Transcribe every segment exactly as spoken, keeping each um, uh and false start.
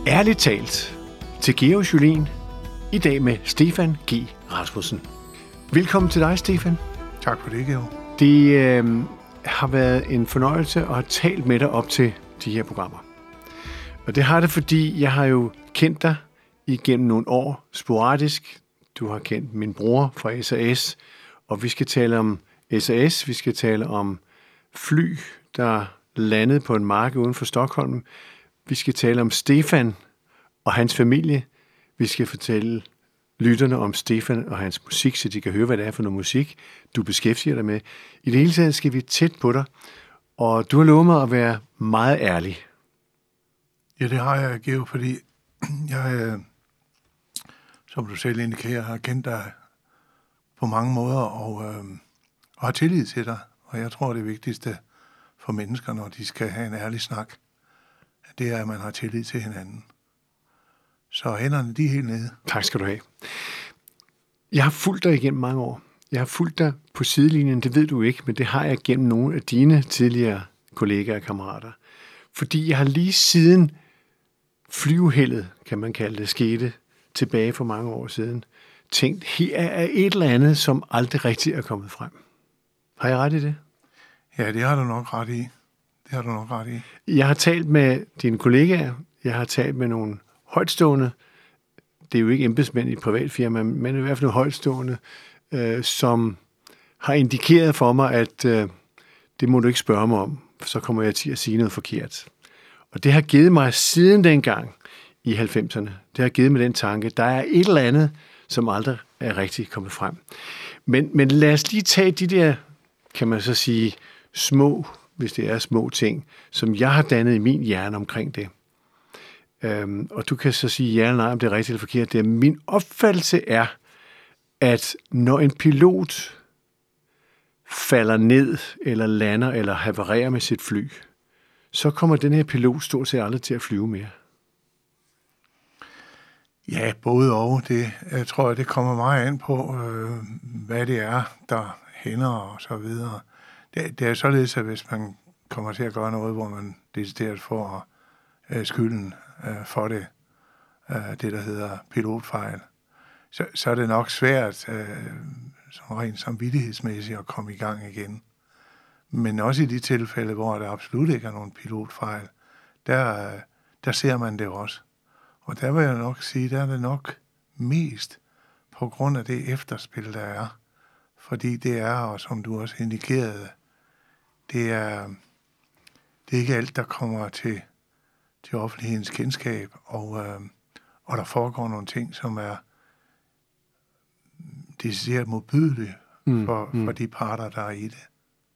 Ærligt talt til Georg Jolin, i dag med Stefan G. Rasmussen. Velkommen til dig, Stefan. Tak for det, Georg. Det øh, har været en fornøjelse at have talt med dig op til de her programmer. Og det har det, fordi jeg har jo kendt dig igennem nogle år sporadisk. Du har kendt min bror fra S A S, og vi skal tale om S A S, vi skal tale om fly, der landede på en mark uden for Stockholm. Vi skal tale om Stefan og hans familie. Vi skal fortælle lytterne om Stefan og hans musik, så de kan høre, hvad det er for noget musik, du beskæftiger dig med. I det hele taget skal vi tæt på dig, og du har lovet mig at være meget ærlig. Ja, det har jeg, Georg, fordi jeg, som du selv indikerer, har kendt dig på mange måder og, øh, og har tillid til dig. Og jeg tror, det vigtigste for mennesker, når de skal have en ærlig snak, det er, at man har tillid til hinanden. Så hænderne, de er helt nede. Tak skal du have. Jeg har fulgt dig igennem mange år. Jeg har fulgt dig på sidelinjen, det ved du ikke, men det har jeg gennem nogle af dine tidligere kollegaer og kammerater. Fordi jeg har lige siden flyveheldet, kan man kalde det, skete tilbage for mange år siden, tænkt, her er et eller andet, som aldrig rigtig er kommet frem. Har jeg ret i det? Ja, det har du nok ret i. Det har du nok ret i. Jeg har talt med dine kollegaer, jeg har talt med nogle højtstående, det er jo ikke embedsmænd i et privat firma, men i hvert fald højtstående, øh, som har indikeret for mig, at øh, det må du ikke spørge mig om, for så kommer jeg til at sige noget forkert. Og det har givet mig siden dengang i halvfemserne, det har givet mig den tanke, der er et eller andet, som aldrig er rigtig kommet frem. Men, men lad os lige tage de der, kan man så sige, små, hvis det er små ting, som jeg har dannet i min hjerne omkring det. Øhm, og du kan så sige ja eller nej, om det er rigtigt eller forkert. Det er, min opfattelse er, at når en pilot falder ned, eller lander, eller havarerer med sit fly, så kommer den her pilot stort set aldrig til at flyve mere. Ja, både og. Det, jeg tror, det kommer meget an på, øh, hvad det er, der hænder og så videre. Det, det er således, at hvis man kommer til at gøre noget, hvor man decideret får øh, skylden øh, for det, øh, det der hedder pilotfejl, så, så er det nok svært øh, som rent samvittighedsmæssigt at komme i gang igen. Men også i de tilfælde, hvor der absolut ikke er nogen pilotfejl, der, der ser man det også. Og der vil jeg nok sige, der er det nok mest på grund af det efterspil, der er. Fordi det er, og som du også indikerede, det er, det er ikke alt, der kommer til, til offentlighedens kendskab, og, øh, og der foregår nogle ting, som er decideret modbydelige for, mm, mm. for de parter, der er i det.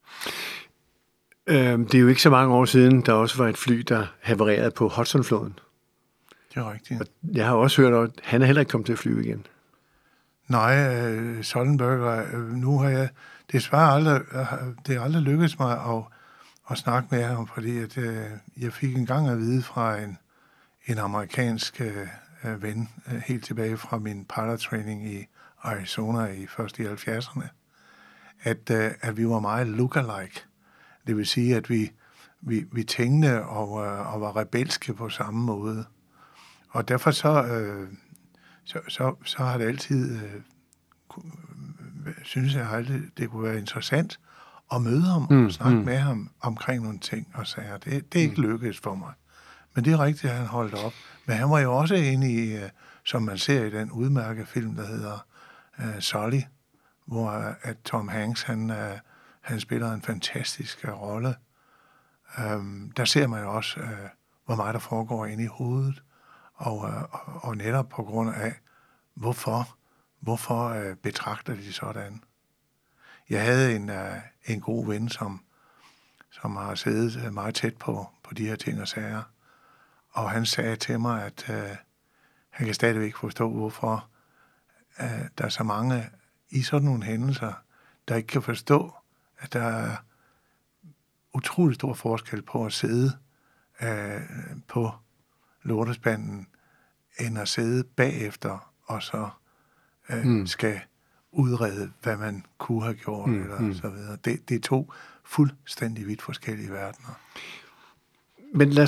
Øhm, det er jo ikke så mange år siden, der også var et fly, der havarerede på Hudsonfloden. Det er rigtigt. Og jeg har også hørt, at han er heller ikke kommet til at flyve igen. Nej, øh, Sollenberger, øh, nu har jeg desværre aldrig, øh, det er aldrig lykkedes mig at, at snakke med ham, fordi at, øh, jeg fik en gang at vide fra en, en amerikansk øh, ven, øh, helt tilbage fra min pilot-training i Arizona i først i halvfjerdserne, at, øh, at vi var meget look-alike. Det vil sige, at vi, vi, vi tænkte og, øh, og var rebelske på samme måde. Og derfor så, øh, så, så, så har det altid, øh, synes jeg altid, det kunne være interessant at møde ham mm, og snakke mm. med ham omkring nogle ting og sager. Det, det er ikke lykkedes for mig. Men det er rigtigt, at han holdt op. Men han var jo også inde i, øh, som man ser i den udmærkede film, der hedder øh, Sully, hvor øh, at Tom Hanks, han, øh, han spiller en fantastisk øh, rolle. Um, der ser man jo også, øh, hvor meget der foregår inde i hovedet. Og, og, og netop på grund af, hvorfor, hvorfor øh, betragter de sådan. Jeg havde en, øh, en god ven, som, som har siddet meget tæt på, på de her ting og sager. Og han sagde til mig, at øh, han kan stadigvæk forstå, hvorfor øh, der er så mange i sådan nogle hændelser, der ikke kan forstå, at der er utrolig stor forskel på at sidde øh, på lortespanden, end at sidde bagefter, og så øh, mm. skal udrede, hvad man kunne have gjort, mm. eller mm. så videre. Det, det er to fuldstændig vidt forskellige verdener. Men lad os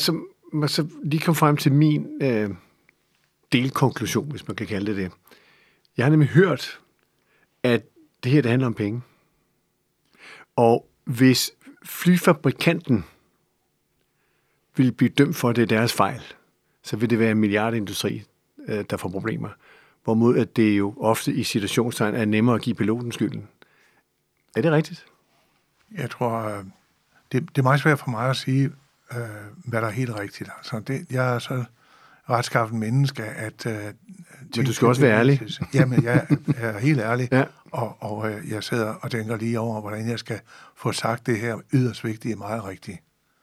mig så lige komme frem til min øh, delkonklusion, hvis man kan kalde det det. Jeg har nemlig hørt, at det her, det handler om penge. Og hvis flyfabrikanten vil blive dømt for, at det er deres fejl, så vil det være en milliardindustri, øh, der får problemer. Hvorimod at det jo ofte i situationstegn er nemmere at give piloten skylden. Er det rigtigt? Jeg tror, det, det er meget svært for mig at sige, øh, hvad der er helt rigtigt. Altså, det, jeg er så retskaffen menneske, at... Øh, Men du skal også være ærlig. Jamen, jeg, jeg er helt ærlig, ja. og, og øh, jeg sidder og tænker lige over, hvordan jeg skal få sagt det her yderst vigtige og meget rigtigt.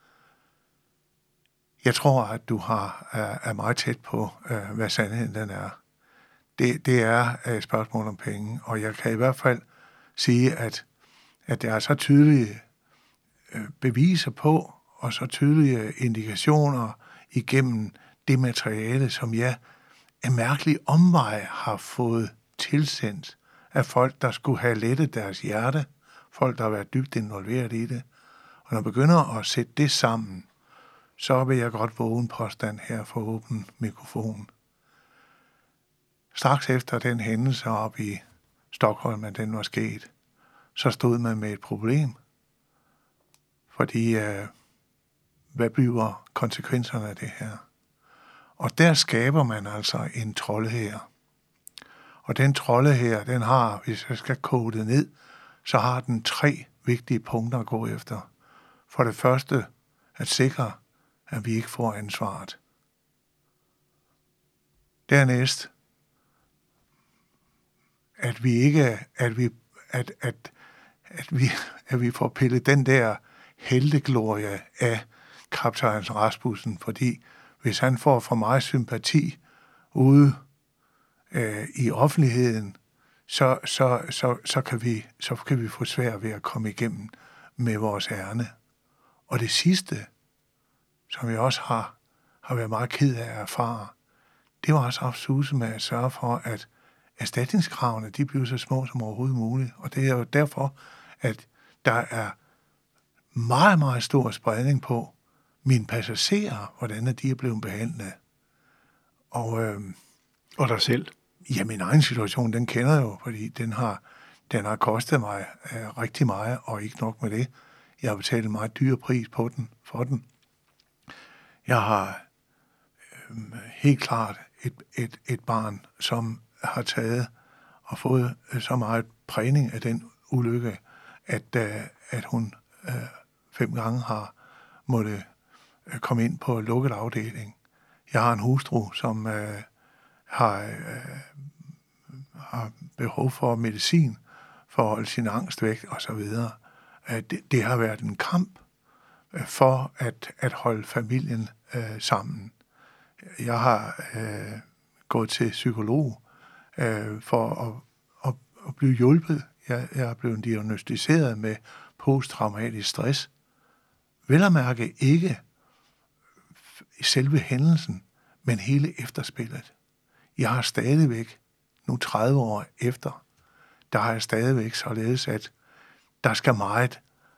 Jeg tror, at du har, er, er meget tæt på, øh, hvad sandheden den er. Det, det er et spørgsmål om penge, og jeg kan i hvert fald sige, at, at der er så tydelige øh, beviser på, og så tydelige indikationer igennem det materiale, som jeg af mærkelig omvej har fået tilsendt af folk, der skulle have lettet deres hjerte, folk, der har været dybt involveret i det. Og når jeg begynder at sætte det sammen, så vil jeg godt våge en påstand her for åben mikrofon. Straks efter den hændelse op i Stockholm, at den var sket, så stod man med et problem. Fordi, øh, hvad bliver konsekvenserne af det her? Og der skaber man altså en troldehær. Og den troldehær, den har, hvis jeg skal kode det ned, så har den tre vigtige punkter at gå efter. For det første, at sikre, at vi ikke får ansvaret. Dernæst, at vi ikke, at vi, at, at, at vi, at vi får pillet den der helteglorie af kaptajn Rasmussen, fordi hvis han får for meget sympati ude øh, i offentligheden, så, så, så, så, kan vi, så kan vi få svært ved at komme igennem med vores ærne. Og det sidste, som jeg også har, har været meget ked af at erfare, det var også opsuse med at sørge for, at erstatningskravene, de bliver så små som overhovedet muligt. Og det er jo derfor, at der er meget, meget stor spredning på mine passagerer, hvordan de er blevet behandlet. Og, øh, og dig selv? Ja, min egen situation, den kender jeg jo, fordi den har, den har kostet mig øh, rigtig meget, og ikke nok med det. Jeg har betalt en meget dyr pris på den, for den. Jeg har øh, helt klart et, et, et barn, som har taget og fået øh, så meget prægning af den ulykke, at, øh, at hun øh, fem gange har måttet øh, komme ind på lukket afdeling. Jeg har en hustru, som øh, har, øh, har behov for medicin for at holde sin angst væk osv. Det, det har været en kamp øh, for at, at holde familien øh, sammen. Jeg har øh, gået til psykolog øh, for at, at, at blive hjulpet. Jeg, jeg er blevet diagnosticeret med posttraumatisk stress. Vel at mærke ikke selve hændelsen, men hele efterspillet. Jeg har stadigvæk, nu tredive år efter, der har jeg stadigvæk således, at der skal meget,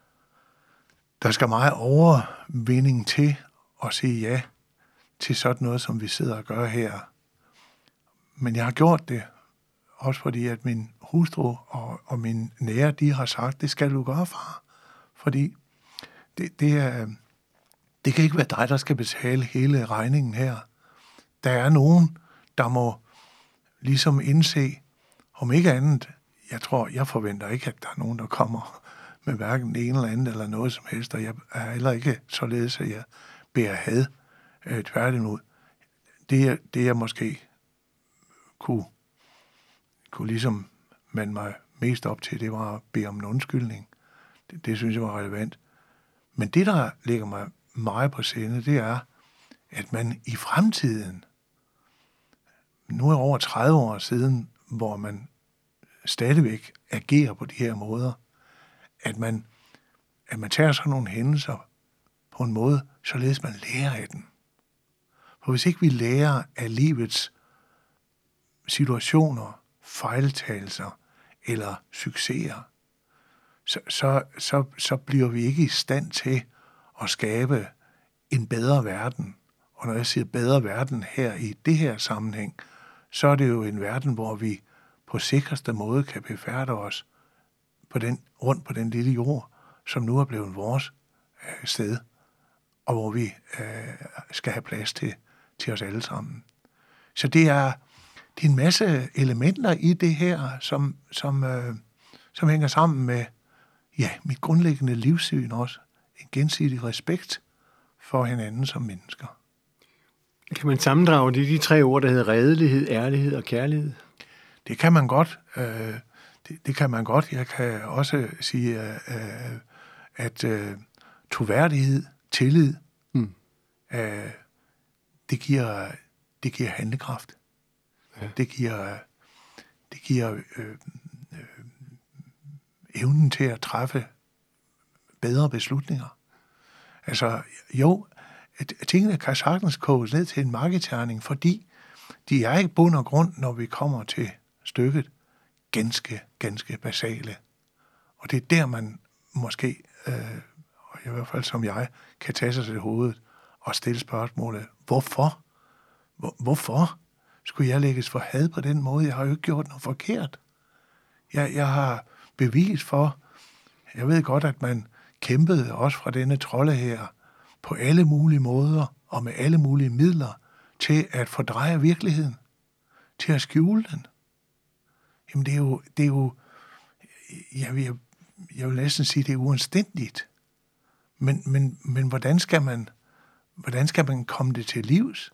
der skal meget overvinding til at sige ja til sådan noget, som vi sidder og gør her. Men jeg har gjort det, også fordi at min hustru og, og min nære, de har sagt, det skal du gøre, far. Fordi det, det, er, det kan ikke være dig, der skal betale hele regningen her. Der er nogen, der må ligesom indse, om ikke andet, jeg tror, jeg forventer ikke, at der er nogen, der kommer med hverken det ene eller andet eller noget som helst, og jeg er heller ikke således, at jeg beder had øh, tværtimod. Det, det jeg måske kunne, kunne ligesom mande mig mest op til, det var at bede om en undskyldning. Det, det synes jeg var relevant. Men det, der ligger mig meget på sinde, det er, at man i fremtiden, nu er over tredive år siden, hvor man stadigvæk agerer på de her måder, at man, at man tager sådan nogle hændelser på en måde, således man lærer af den. For hvis ikke vi lærer af livets situationer, fejltagelser eller succeser, så, så, så, så bliver vi ikke i stand til at skabe en bedre verden Og når jeg siger bedre verden her i det her sammenhæng, så er det jo en verden, hvor vi på sikreste måde kan befærde os på den, rundt på den lille jord, som nu er blevet vores øh, sted, og hvor vi øh, skal have plads til, til os alle sammen. Så det er, det er en masse elementer i det her, som, som, øh, som hænger sammen med ja, mit grundlæggende livssyn også. En gensidig respekt for hinanden som mennesker. Kan man sammendrage det de tre ord, der hedder redelighed, ærlighed og kærlighed? Det kan man godt. Øh, det, det kan man godt. Jeg kan også sige, øh, at øh, troværdighed, tillid, mm. øh, det giver, det giver handlekraft. Ja. Det giver, det giver øh, øh, evnen til at træffe bedre beslutninger. Altså, jo, tingene kan sagtens koges ned til en marketerning, fordi de er ikke bund og grund, når vi kommer til stykket, ganske, ganske basale. Og det er der, man måske, øh, og i hvert fald som jeg, kan tage sig til hovedet og stille spørgsmålet, hvorfor? Hvor, hvorfor skulle jeg lægges for had på den måde? Jeg har jo ikke gjort noget forkert. Jeg, jeg har bevis for, jeg ved godt, at man kæmpede også fra denne trolde her på alle mulige måder og med alle mulige midler til at fordreje virkeligheden, til at skjule den. Jamen det er jo, det er jo jeg, vil, jeg vil næsten sige, det er uanstændigt. Men, men, men hvordan skal man, hvordan skal man komme det til livs?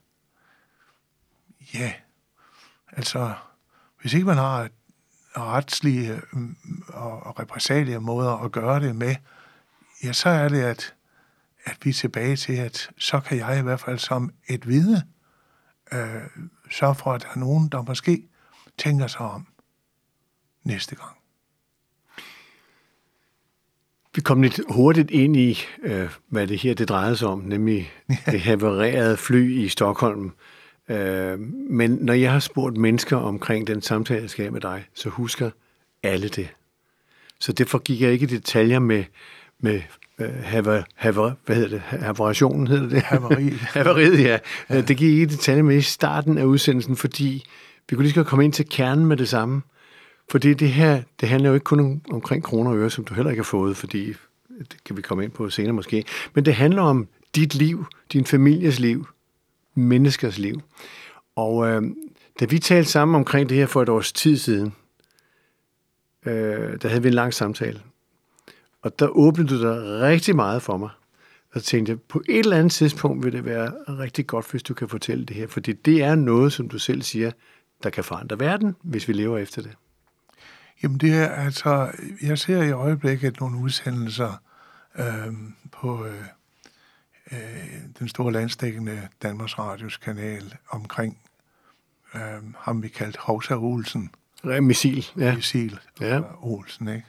Ja, altså, hvis ikke man har retslige og repressalige måder at gøre det med, ja, så er det, at, at vi er tilbage til, at så kan jeg i hvert fald som et vidne øh, sørge for, at der er nogen, der måske tænker sig om næste gang. Vi kom lidt hurtigt ind i, øh, hvad det her det drejede sig om, nemlig det havererede fly i Stockholm. Øh, men når jeg har spurgt mennesker omkring den samtale, jeg skal have med dig, så husker alle det. Så derfor gik jeg ikke i detaljer med, med øh, haver, haver, hvad hedder det? Havarationen hedder det? Havariet. Havariet, ja. ja. Det gik ikke i detaljer med i starten af udsendelsen, fordi vi kunne lige så komme ind til kernen med det samme. Fordi det her, det handler jo ikke kun om, omkring kroner og øre, som du heller ikke har fået, fordi det kan vi komme ind på senere måske. Men det handler om dit liv, din families liv, menneskers liv. Og øh, da vi talte sammen omkring det her for et års tid siden, øh, der havde vi en lang samtale. Og der åbnede du dig rigtig meget for mig. Og tænkte, på et eller andet tidspunkt vil det være rigtig godt, hvis du kan fortælle det her. Fordi det er noget, som du selv siger, der kan forandre verden, hvis vi lever efter det. Jamen det er altså, jeg ser i øjeblikket nogle udsendelser øh, på øh, øh, den store landsdækkende Danmarks Radios kanal omkring øh, ham vi kaldt Hovsa Olsen. Missil, ja. Missil ja. Olsen, ikke?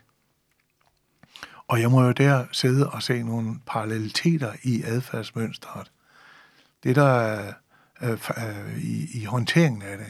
Og jeg må jo der sidde og se nogle paralleliteter i adfærdsmønstret. Det der er øh, øh, i, i håndteringen af det.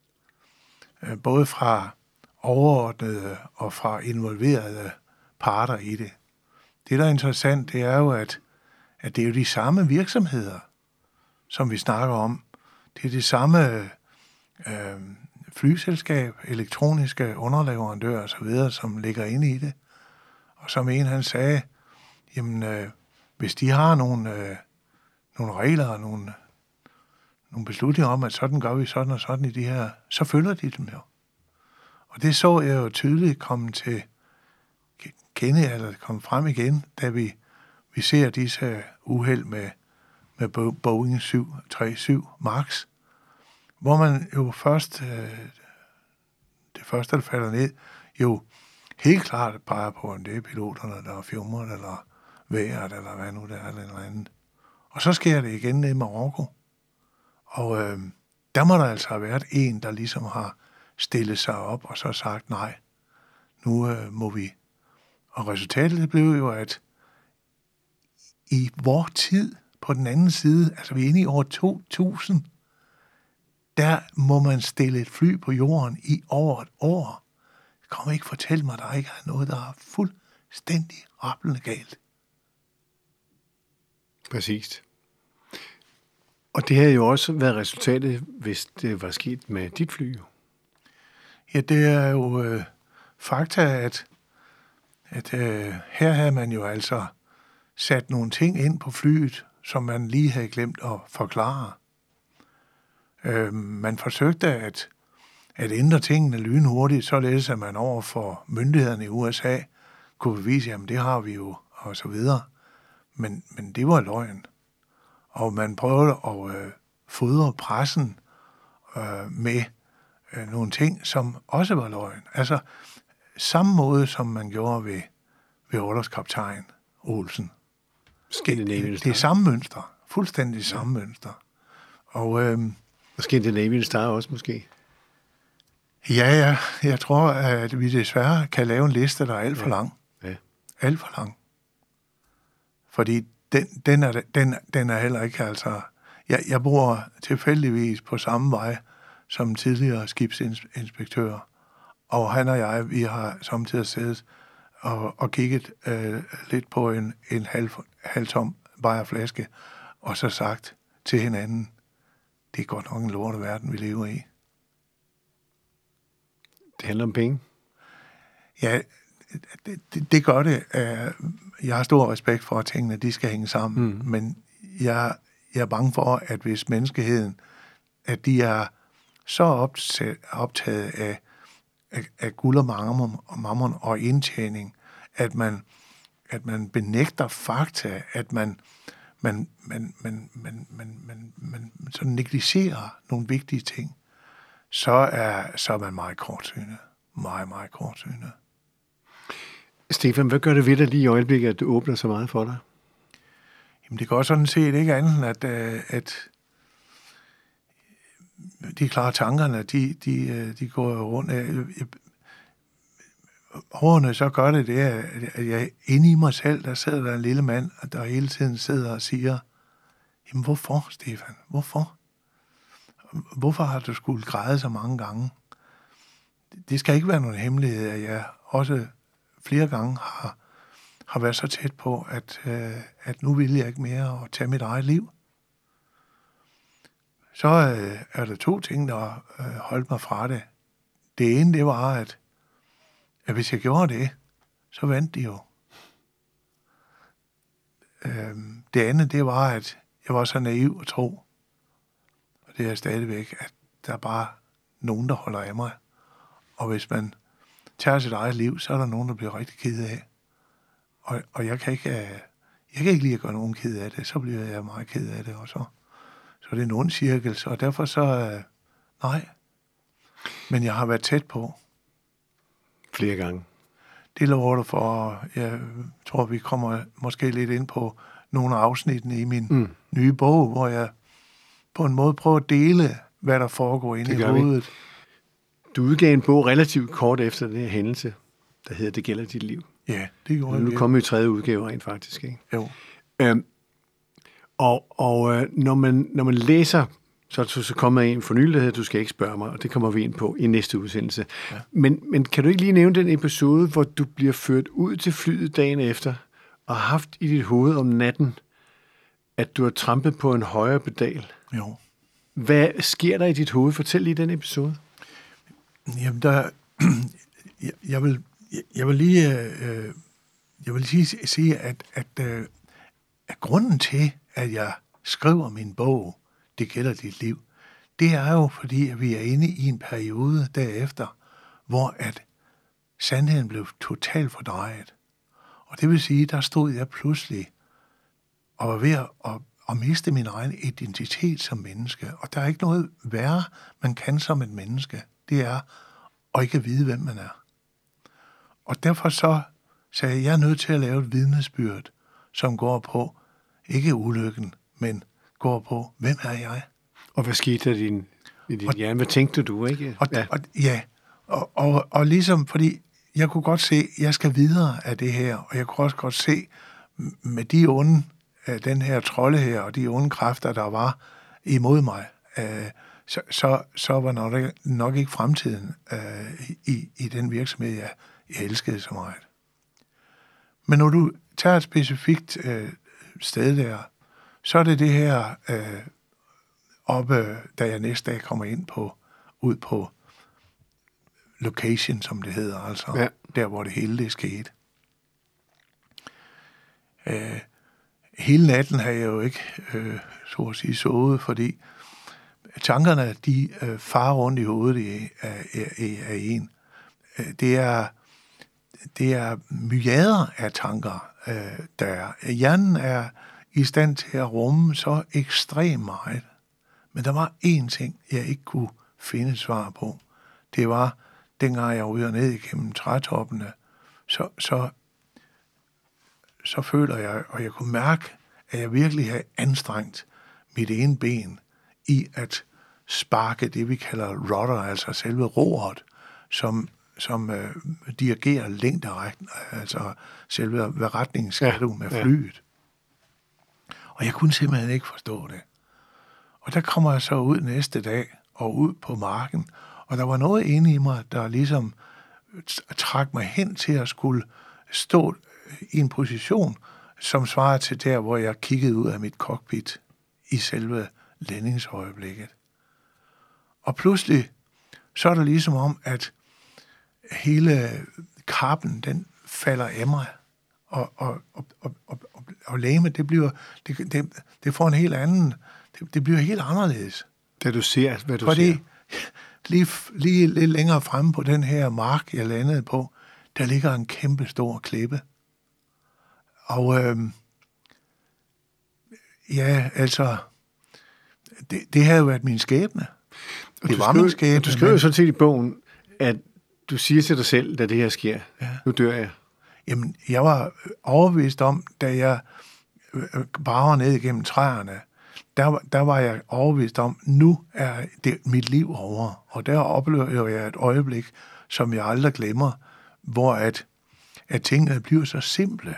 Øh, både fra overordnede og fra involverede parter i det. Det, der er interessant, det er jo, at, at det er jo de samme virksomheder, som vi snakker om. Det er det samme øh, flyselskab, elektroniske underleverandører osv., som ligger inde i det. Og som en, han sagde, jamen, øh, hvis de har nogle, øh, nogle regler og nogle, nogle beslutninger om, at sådan gør vi sådan og sådan i de her, så følger de dem jo. Og det så jeg jo tydeligt komme til kende, eller komme frem igen, da vi, vi ser disse uheld med, med Boeing syv tre syv Max, hvor man jo først, øh, det første, der falder ned, jo helt klart peger på, om det er piloterne, der er fjumret, eller vejret, eller hvad nu det er, eller andet. Og så sker det igen nede i Marokko. Og øh, der må der altså have været en, der ligesom har stillet sig op og så sagt, nej, nu øh, må vi. Og resultatet blev jo, at i vor tid, på den anden side, altså vi er inde i år to tusind, der må man stille et fly på jorden i over et år. Kom ikke fortælle mig, at der ikke er noget, der er fuldstændig rablende galt. Præcis. Og det havde jo også været resultatet, hvis det var sket med dit fly. Ja, det er jo øh, fakta, at, at øh, her havde man jo altså sat nogle ting ind på flyet, som man lige havde glemt at forklare. Øh, man forsøgte at, at ændre tingene lynhurtigt, således at man over for myndighederne i U S A kunne bevise, jamen det har vi jo, og så videre. Men, men det var løgn. Og man prøvede at øh, fodre pressen øh, med øh, nogle ting, som også var løgn. Altså samme måde, som man gjorde ved, ved orlogskaptajn Olsen. Scandinavian Det, det er samme mønster. Fuldstændig samme ja. mønster. Og, øh, og Scandinavian Star også måske? Ja, ja. Jeg tror, at vi desværre kan lave en liste, der er alt for ja. lang. Ja. Alt for lang. Fordi den, den, er, den, den er heller ikke, altså... Jeg, jeg bor tilfældigvis på samme vej som tidligere skibsinspektør, og han og jeg, vi har samtidig siddet og, og kigget øh, lidt på en, en halv, halvtom bajerflaske, og så sagt til hinanden, det er godt nok en lorte verden, vi lever i. Det handler om penge? Ja, det, det, det gør det. Jeg har stor respekt for, at tingene de skal hænge sammen, mm. men jeg, jeg er bange for, at hvis menneskeheden, at de er så optaget, optaget af, af, af guld og mammon, og mammon og indtjening, at man, at man benægter fakta, at man, man, man, man, man, man, man, man sådan negligerer nogle vigtige ting, så er, så er man meget kortsynet. Meget, meget kortsynet. Stefan, hvad gør det ved dig lige i øjeblikket, at du åbner så meget for dig? Jamen, det går sådan set ikke andet end, at, at de klare tankerne, de, de, de går rundt. Hårene så gør det det, at jeg inde i mig selv, der sidder der en lille mand, der hele tiden sidder og siger, jamen hvorfor, Stefan? Hvorfor? Hvorfor har du skulle græde så mange gange? Det skal ikke være nogen hemmelighed, at jeg også flere gange har, har været så tæt på, at, øh, at nu vil jeg ikke mere at tage mit eget liv. Så øh, er der to ting, der øh, holdt mig fra det. Det ene, det var, at, at hvis jeg gjorde det, så vandt de jo. Øh, det andet, det var, at jeg var så naiv og tro, og det er stadigvæk, at der er bare nogen, der holder af mig. Og hvis man tager sit eget liv, så er der nogen, der bliver rigtig ked af. Og, og jeg kan ikke, jeg kan ikke lide at gøre nogen ked af det, så bliver jeg meget ked af det også. Så det er en ond cirkel, og derfor så, nej. Men jeg har været tæt på. Flere gange. Det lover du for, jeg tror, vi kommer måske lidt ind på nogle af afsnittene i min mm. nye bog, hvor jeg på en måde prøver at dele, hvad der foregår inde i hovedet. Vi. Du udgav en bog relativt kort efter den her hændelse, der hedder Det gælder dit liv. Ja, det gjorde jeg. Nu kommer i tredje udgave rent faktisk, ikke? Jo. Øhm, og og øh, når, man, når man læser, så er der så kommet en for nylig, der hedder, du skal ikke spørge mig, og det kommer vi ind på i næste udsendelse. Ja. Men, men kan du ikke lige nævne den episode, hvor du bliver ført ud til flyet dagen efter, og har haft i dit hoved om natten, at du har trampet på en højere pedal? Jo. Hvad sker der i dit hoved? Fortæl lige den episode. Jamen, der, jeg, jeg, vil, jeg vil lige, øh, jeg vil lige sige, at, at, øh, at grunden til, at jeg skriver min bog, Det gælder dit liv, det er jo fordi, at vi er inde i en periode derefter, hvor at sandheden blev totalt fordrejet. Og det vil sige, der stod jeg pludselig og var ved at, at, at miste min egen identitet som menneske. Og der er ikke noget værre, man kan som et menneske. Det er at ikke vide, hvem man er. Og derfor så sagde jeg, jeg er nødt til at lave et vidnesbyrd, som går på, ikke ulykken, men går på, hvem er jeg? Og hvad skete der i din, i din hjerne? Hvad tænkte du, ikke? Og, ja, og, ja. Og, og, og ligesom, fordi jeg kunne godt se, at jeg skal videre af det her, og jeg kunne også godt se, med de onde, den her trolde her, og de onde kræfter, der var imod mig, så, så, så var nok, nok ikke fremtiden i, i den virksomhed, jeg, jeg elskede så meget. Men når du tager et specifikt sted der, så er det det her oppe, da jeg næste dag kommer ind på, ud på location, som det hedder, altså ja. Der, hvor det hele det skete. Øh, hele natten har jeg jo ikke, øh, så at sige, sovet, fordi tankerne, de øh, farer rundt i hovedet af, af, af en. Det er, det er myriader af tanker, øh, der er. Hjernen er i stand til at rumme så ekstremt meget. Men der var én ting, jeg ikke kunne finde svar på. Det var, dengang jeg ryger ned igennem trætoppene, så, så, så føler jeg, og jeg kunne mærke, at jeg virkelig havde anstrengt mit ene ben i at sparke det, vi kalder rudder, altså selve roret, som, som øh, dirigerer længderetning, altså selve, hvad retning skal ja, du med flyet. Ja. Og jeg kunne simpelthen ikke forstå det. Og der kommer jeg så ud næste dag, og ud på marken, og der var noget inde i mig, der ligesom trak mig hen til at skulle stå i en position, som svarer til der, hvor jeg kiggede ud af mit cockpit i selve landingsøjeblikket. Og pludselig, så er det ligesom om, at hele kappen, den falder af mig, og, og, og, og, og, og lægemet, det bliver, det, det, det får en helt anden, det, det bliver helt anderledes. Da du ser, hvad du Fordi, ser. lige, lige lidt længere fremme på den her mark, jeg landede på, der ligger en kæmpe stor klippe. Og øhm, ja, altså, det, det havde jo været min skæbne. Det var min skæbne. Du skriver jo sådan set i bogen, at du siger til dig selv, da det her sker, ja. Nu dør jeg. Jamen, jeg var overbevist om, da jeg brager ned igennem træerne, der, der var jeg overbevist om, nu er det mit liv over. Og der oplever jeg et øjeblik, som jeg aldrig glemmer, hvor at, at tingene bliver så simple.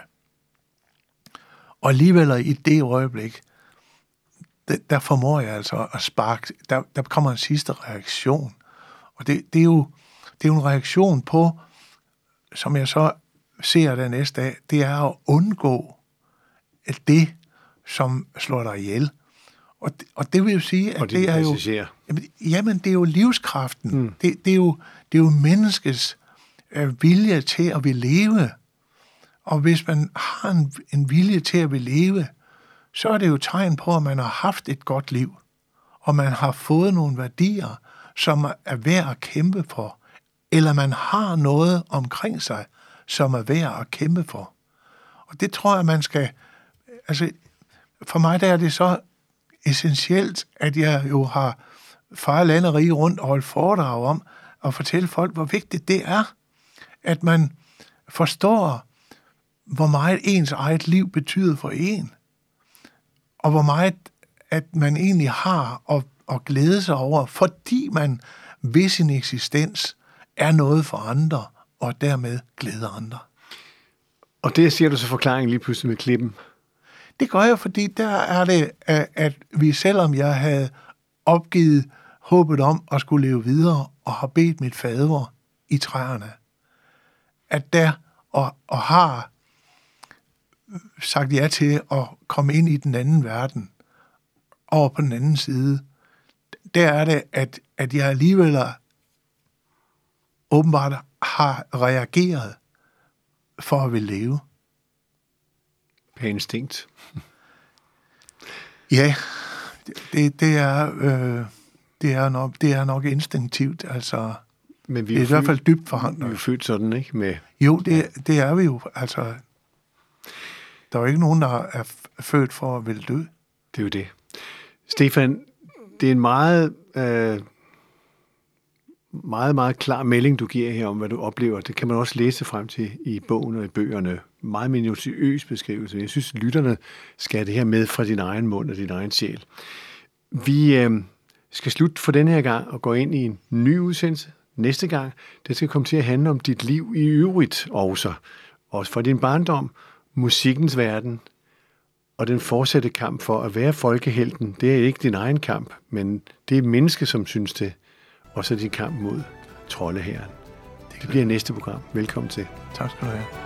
Og alligevel i det øjeblik, der, der formår jeg altså at sparke, der, der kommer en sidste reaktion. Og det, det, er jo, det er jo en reaktion på, som jeg så ser den næste dag, det er at undgå at det, som slår dig ihjel. Og det, og det vil jo sige, at det er jo... Jamen, jamen, det er jo livskraften. Mm. Det, det, er jo, det er jo menneskets øh, vilje til at ville leve. Og hvis man har en, en vilje til at ville leve, så er det jo tegn på, at man har haft et godt liv. Og man har fået nogle værdier, som er værd at kæmpe for. Eller man har noget omkring sig, som er værd at kæmpe for. Og det tror jeg, man skal... Altså, for mig der er det så essentielt, at jeg jo har faret land og rige rundt og holdt foredrag om at fortælle folk, hvor vigtigt det er, at man forstår, hvor meget ens eget liv betyder for en, og hvor meget, at man egentlig har at, at glæde sig over, fordi man ved sin eksistens er noget for andre, og dermed glæder andre. Og det siger du så forklaringen lige pludselig med klippen? Det gør jeg, fordi der er det, at vi, selvom jeg havde opgivet håbet om at skulle leve videre, og har bedt mit fader i træerne, at der og, og har sagt ja til at komme ind i den anden verden, over på den anden side, der er det, at, at jeg alligevel åbenbart har reageret for at vil leve. Per instinkt. Ja, det, det, er, øh, det, er nok, det er nok instinktivt, altså. Men vi er det er født, i hvert fald dybt forhandlet. Vi er født sådan, ikke? Med, jo, det, det er vi jo, altså. Der er jo ikke nogen, der er født for at ville dø. Det er jo det. Stefan, det er en meget, øh, meget, meget klar melding, du giver her om, hvad du oplever. Det kan man også læse frem til i bogen og i bøgerne. Meget minutiøs beskrivelse. Jeg synes, lytterne skal have det her med fra din egen mund og din egen sjæl. Vi øh, skal slutte for denne her gang og gå ind i en ny udsendelse næste gang. Det skal komme til at handle om dit liv i øvrigt også. Også for din barndom, musikkens verden og den fortsatte kamp for at være folkehelten. Det er ikke din egen kamp, men det er menneske, som synes det. Og så din kamp mod troldehæren. Det bliver næste program. Velkommen til. Tak skal du have.